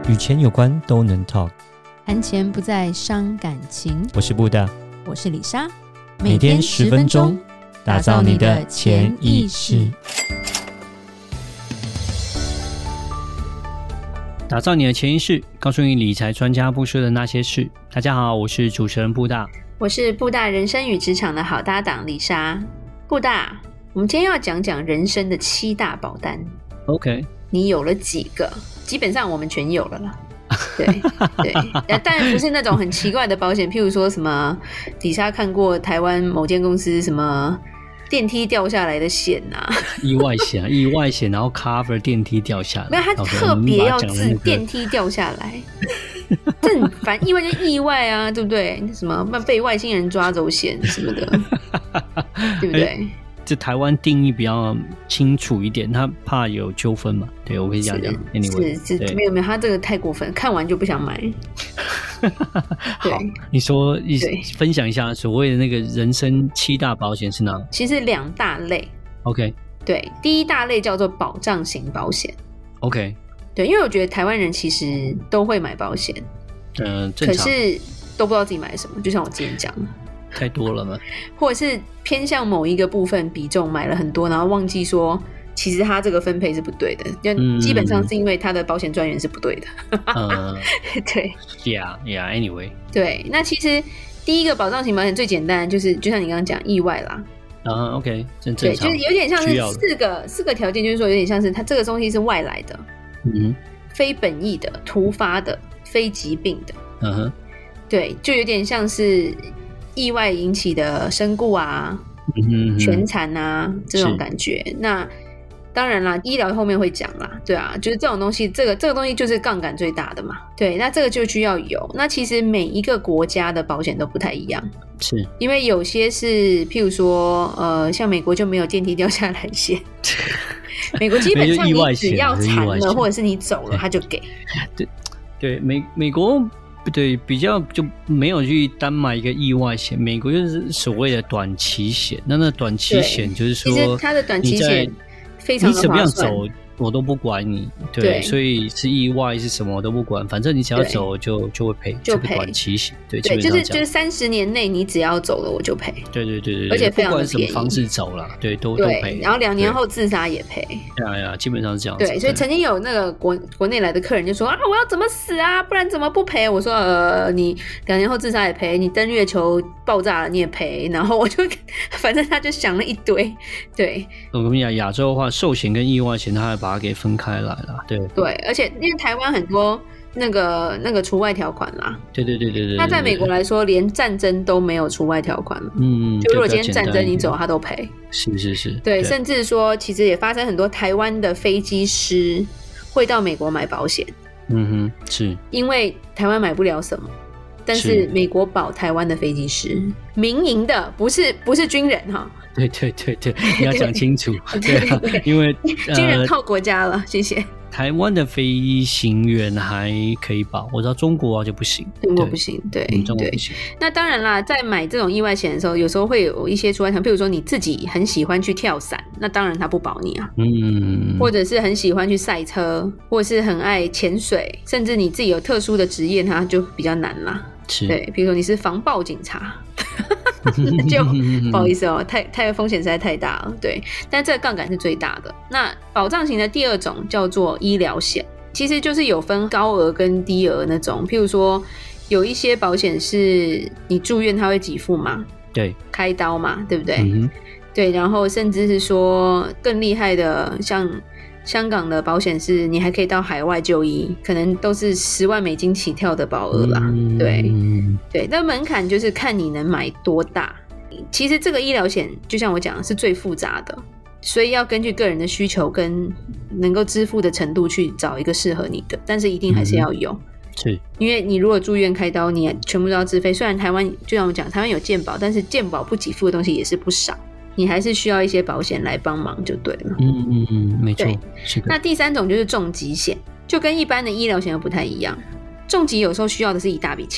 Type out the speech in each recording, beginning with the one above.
与钱有关都能 talk。 谈钱不再伤感情。 我是布大， 我是李莎， 每天10分钟，打造你的潜意识， 打造你的潜意识，告诉你理财专家不说的那些事。大家好，我是主持人布大， 我是布大人生与职场的好搭档李莎。布大，我们今天要讲讲人生的7大保单。 OK， 你有了几个？基本上我们全有了啦。对对，当然不是那种很奇怪的保险，譬如说什么李莎看过台湾某间公司什么电梯掉下来的险啊， 意外险，然后 cover 电梯掉下来， 没有，他特别要治电梯掉下来，这很烦。意外就意外啊，对不对？什么被外星人抓走险什么的，对不对？ 这台湾定义比较清楚一点，他怕有纠纷嘛？对，我可以这样讲。Anyway， 是没有，他这个太过分，看完就不想买。 好，你说分享一下所谓的那个人生7大保险是哪？ 其实2大类。 OK， 对，第一大类叫做保障型保险。 OK， 对，因为我觉得台湾人其实都会买保险， 正常， 可是都不知道自己买什么，就像我之前讲的。 太多了嘛，或者是偏向某一个部分比重买了很多，然后忘记说其实他这个分配是不对的，基本上是因为他的保险专员是不对的。对 ，Yeah，Anyway， 对，那其实第一个保障型保险最简单，就是就像你刚刚讲意外啦。 OK， 正常， 对，就是有点像是四个条件，就是说有点像是它这个东西是外来的，非本意的、突发的、非疾病的，对，就有点像是意外引起的身故啊、全残啊这种感觉。那当然啦，医疗后面会讲啦，对啊，就是这种东西，这个东西就是杠杆最大的嘛。对，那这个就需要有。那其实每一个国家的保险都不太一样， 是因为有些是譬如说像美国就没有电梯掉下来险。美国基本上你只要残了或者是你走了他就给。 对，美国对比较就没有去单买一个意外险，美国就是所谓的短期险。那短期险就是说， 其实它的短期险非常的划算， 你怎么样走我都不管你，对，所以是意外是什么我都不管，反正你只要走就会赔，就赔短期险，对， 就是30年内你只要走了我就赔， 对， 而且非常的便宜， 不管什么方式走了，对，都赔， 然后2年后自杀也赔， 呀，基本上是这样子。 对，所以曾经有那个国内来的客人就说啊，我要怎么死啊，不然怎么不赔？我说你2年后自杀也赔，你登月球爆炸了你也赔，然后我就反正他就想了一堆，对。 我跟你讲，亚洲的话，寿险跟意外险，他还把它给分开来了，对， 而且因为台湾很多那个除外条款啦， 对， 那在美国来说，连战争都没有除外条款了，就如果今天战争你走，他都赔， 是， 对，甚至说其实也发生很多台湾的飞机师会到美国买保险， 是因为台湾买不了什么。但是美国保台湾的飞机师，民营的，不是军人哈。 对，你要讲清楚。对，因为军人靠国家了，谢谢。 台湾的飞行员还可以保，我知道中国就不行， 中国不行，对， 中国不行。 那当然啦，在买这种意外险的时候，有时候会有一些除外条，比如说你自己很喜欢去跳伞，那当然他不保你啊。或者是很喜欢去赛车，或者是很爱潜水，甚至你自己有特殊的职业，它就比较难啦。对，比如说你是防暴警察。那就不好意思哦，太风险实在太大了，对。但这个杠杆是最大的。那保障型的第2种叫做医疗险，其实就是有分高额跟低额那种。譬如说，有一些保险是你住院它会给付嘛，对，开刀嘛，对不对？对，然后甚至是说更厉害的，像香港的保险是你还可以到海外就医，可能都是10万美金起跳的保额啦，对，但门槛就是看你能买多大。其实这个医疗险就像我讲的是最复杂的，所以要根据个人的需求跟能够支付的程度去找一个适合你的，但是一定还是要有，是因为你如果住院开刀你全部都要自费，虽然台湾就像我讲台湾有健保，但是健保不给付的东西也是不少，你还是需要一些保险来帮忙就对了。没错，是的。那第3种就是重疾险，就跟一般的医疗险又不太一样。重疾有时候需要的是一大笔钱，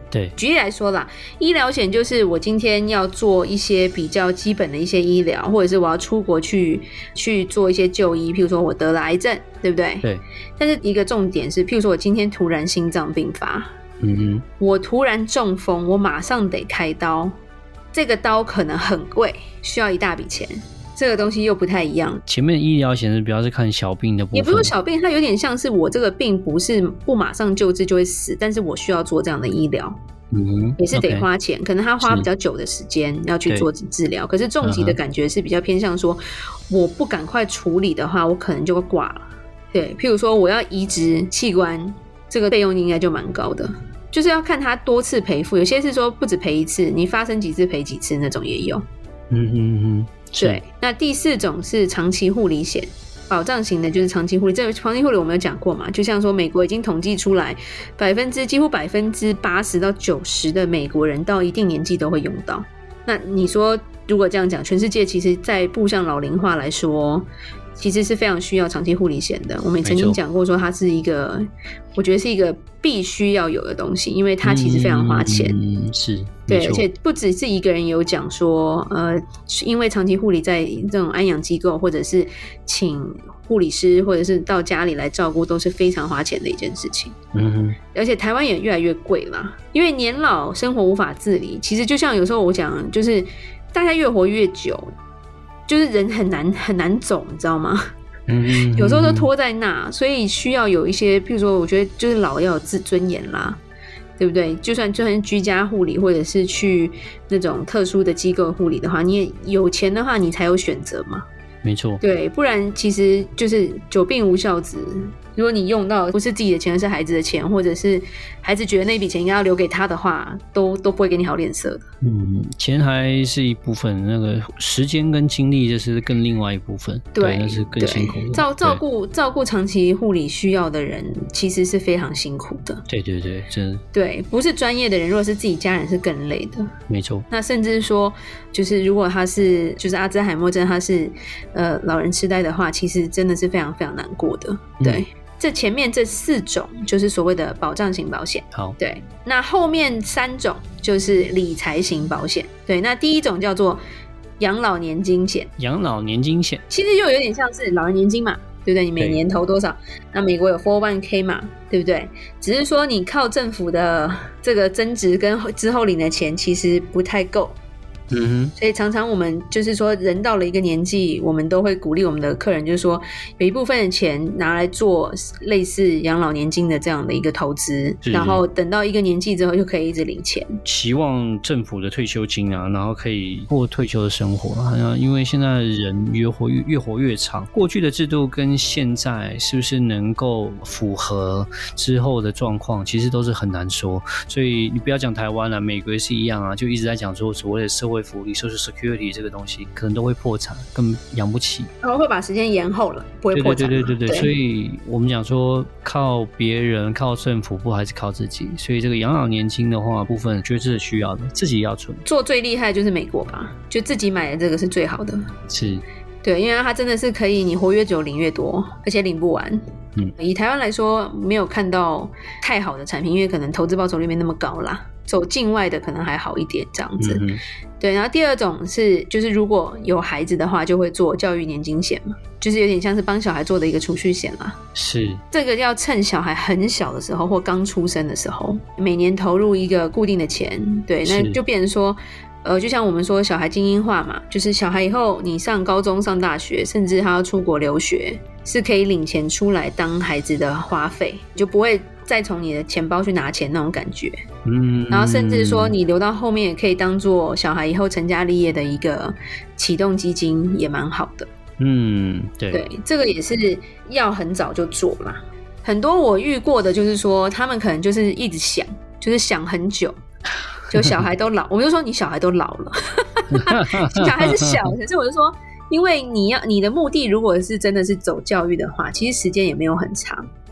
对， 举例来说啦，医疗险就是我今天要做一些比较基本的一些医疗，或者是我要出国去做一些就医，譬如说我得了癌症，对不对？ 对。 但是一个重点是，譬如说我今天突然心脏病发，我突然中风，我马上得开刀，这个刀可能很贵，需要一大笔钱。这个东西又不太一样。前面医疗险是比较是看小病的部分， 也不是小病，它有点像是我这个病不马上救治就会死，但是我需要做这样的医疗，也是得花钱，可能他花比较久的时间要去做治疗。可是重疾的感觉是比较偏向说，我不赶快处理的话，我可能就会挂了。对，譬如说我要移植器官，这个费用应该就蛮高的。就是要看他多次赔付，有些是说不止赔一次，你发生几次赔几次那种也有。对，那第4种是长期护理险，保障型的就是长期护理。这个长期护理我们有讲过嘛？就像说美国已经统计出来，几乎80%到90%的美国人到一定年纪都会用到。那你说如果这样讲，全世界其实在步向老龄化来说，其实是非常需要长期护理险的。我们也曾经讲过说它是一个，我觉得是一个必须要有的东西，因为它其实非常花钱。 是， 对，而且不只是一个人有讲说，因为长期护理在这种安养机构，或者是请护理师，或者是到家里来照顾，都是非常花钱的一件事情。而且台湾也越来越贵啦，因为年老生活无法自理。其实就像有时候我讲，就是大家越活越久，就是人很难走，你知道吗？有时候都拖在那，所以需要有一些，譬如说，我觉得就是老要有尊严啦，对不对？就算居家护理，或者是去那种特殊的机构护理的话，你也有钱的话，你才有选择嘛。 没错， 对，不然其实就是久病无孝子。如果你用到不是自己的钱，而是孩子的钱，或者是孩子觉得那笔钱应该要留给他的话，都不会给你好脸色的。 钱还是一部分，那个时间跟精力就是更另外一部分。对，那是更辛苦的。照顾长期护理需要的人，其实是非常辛苦的。对， 真的。 对，不是专业的人，如果是自己家人是更累的。 没错。 那甚至说，就是如果他是就是阿兹海默症，他是老人痴呆的话，其实真的是非常非常难过的。对。这前面这4种就是所谓的保障型保险。 好， 对，那后面3种就是理财型保险。对，那第1种叫做养老年金险。 养老年金险其实就有点像是老人年金嘛，对不对？你每年投多少？那美国有 401k 嘛，对不对？只是说你靠政府的这个增值跟之后领的钱其实不太够。所以常常我们就是说人到了一个年纪，我们都会鼓励我们的客人，就是说有一部分的钱拿来做类似养老年金的这样的一个投资，然后等到一个年纪之后就可以一直领钱， 期望政府的退休金啊，然后可以过退休的生活啊。因为现在人越活越长，过去的制度跟现在是不是能够符合之后的状况，其实都是很难说。所以你不要讲台湾啦，美国也是一样啊，就一直在讲说所谓的社会福利 Social Security 这个东西可能都会破产，根本养不起， 然后会把时间延后了，不会破产。 对，所以我们讲说靠别人靠政府不还是靠自己，所以这个养老年金的话部分觉得是需要的，自己要存。 做最厉害就是美国吧，就自己买的这个是最好的。 是， 对，因为它真的是可以你活越久领越多，而且领不完。以台湾来说没有看到太好的产品，因为可能投资报酬率没那么高啦，走境外的可能还好一点这样子。对，然后第2种是就是如果有孩子的话就会做教育年金险嘛，就是有点像是帮小孩做的一个储蓄险啦。 是， 这个要趁小孩很小的时候或刚出生的时候，每年投入一个固定的钱。对，那就变成说就像我们说小孩精英化嘛，就是小孩以后你上高中上大学，甚至他要出国留学，是可以领钱出来当孩子的花费，就不会再从你的钱包去拿钱那种感觉。然后甚至说你留到后面也可以当做小孩以后成家立业的一个启动基金，也蛮好的。对，这个也是要很早就做啦。很多我遇过的就是说他们可能就是一直想，就是想很久，就小孩都老，我就说你小孩都老了小孩是小，可是我就说因为你的目的如果是真的是走教育的话，其实时间也没有很长。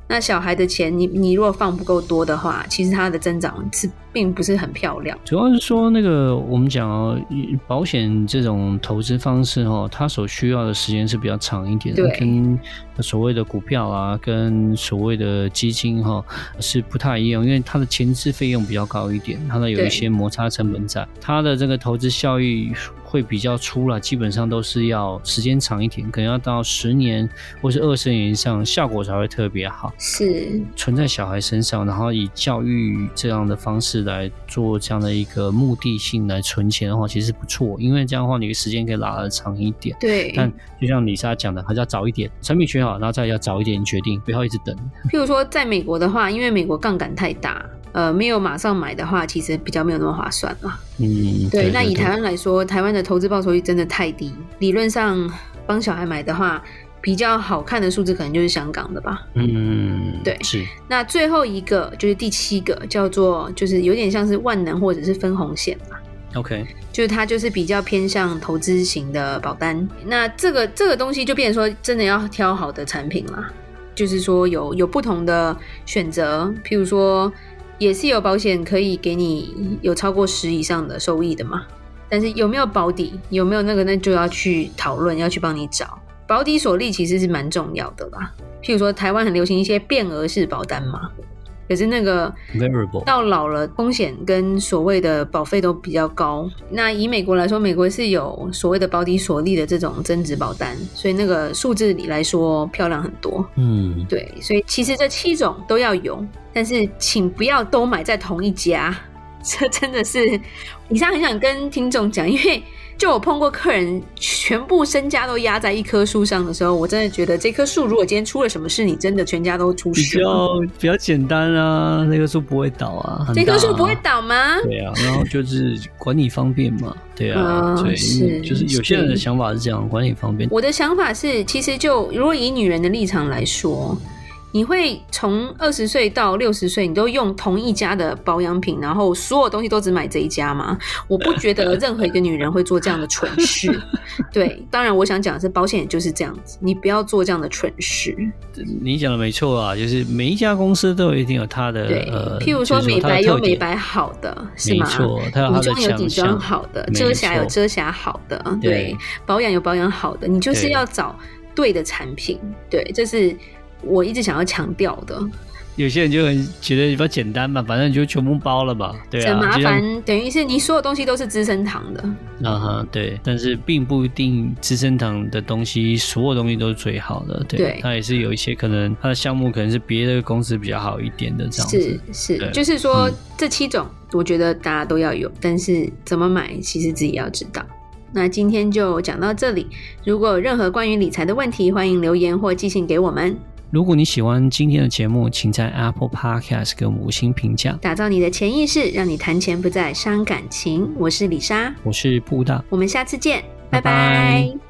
那小孩的钱你如果放不够多的话，其实它的增长并不是很漂亮。 主要是说那个我们讲保险这种投资方式它所需要的时间是比较长一点的，跟所谓的股票啊跟所谓的基金是不太一样，因为它的前置费用比较高一点，它的有一些摩擦成本在，它的这个投资效益会比较出来，基本上都是要时间长一点，可能要到10年或是20年以上，效果才会特别好。 是存在小孩身上，然后以教育这样的方式来做这样的一个目的性来存钱的话，其实不错，因为这样的话你的时间可以拉得长一点。 对， 但就像李莎讲的，还是要早一点，产品选好，然后再要早一点决定，不要一直等。 譬如说在美国的话，因为美国杠杆太大，没有马上买的话，其实比较没有那么划算嘛。对。那以台湾来说，台湾的投资报酬率真的太低，理论上帮小孩买的话，比较好看的数字可能就是香港的吧。对， 是。 那最后一个就是第7个，叫做就是有点像是万能或者是分红险嘛。 OK， 就是它就是比较偏向投资型的保单。那这个东西就变成说，真的要挑好的产品啦。就是说有不同的选择，譬如说也是有保险可以给你有超过10以上的收益的嘛。但是有没有保底，有没有那就要去讨论，要去帮你找。保底锁利其实是蛮重要的啦。譬如说台湾很流行一些变额式保单嘛，可是那个到老了风险跟所谓的保费都比较高。那以美国来说，美国是有所谓的保底锁利的这种增值保单，所以那个数字里来说漂亮很多。对，所以其实这7种都要有，但是请不要都买在同一家。这真的是以上很想跟听众讲，因为就我碰过客人全部身家都压在一棵树上的时候，我真的觉得这棵树如果今天出了什么事，你真的全家都出事了。 比较简单啊，那棵树不会倒啊， 这棵树不会倒吗？ 对啊，然后就是管理方便嘛，对啊，所以就是有些人的想法是这样，管理方便。 我的想法是，其实就如果以女人的立场来说，你会从20岁到60岁，你都用同一家的保养品，然后所有东西都只买这一家吗？我不觉得任何一个女人会做这样的蠢事。对，当然我想讲的是，保险就是这样子，你不要做这样的蠢事。 你讲的没错啊，就是每一家公司都一定有它的譬如说美白有美白好的，是吗？ 没错，它有它的强项。 底妆有底妆好的，遮瑕有遮瑕好的，对，保养有保养好的，你就是要找对的产品。对，这是我一直想要强调的。 有些人就很觉得比较简单嘛，反正你就全部包了嘛，对啊， 很麻烦，等于是你所有东西都是资生堂的。 对，但是并不一定资生堂的东西所有东西都是最好的，对，它也是有一些可能它的项目可能是别的公司比较好一点的这样子。 是，就是说这7种我觉得大家都要有，但是怎么买其实自己要知道。那今天就讲到这里，如果有任何关于理财的问题，欢迎留言或寄信给我们。 如果你喜欢今天的节目，请在 Apple Podcast 给我们5星评价。 打造你的潜意识，让你谈钱不再伤感情。我是李莎， 我是布大， 我们下次见，拜拜拜。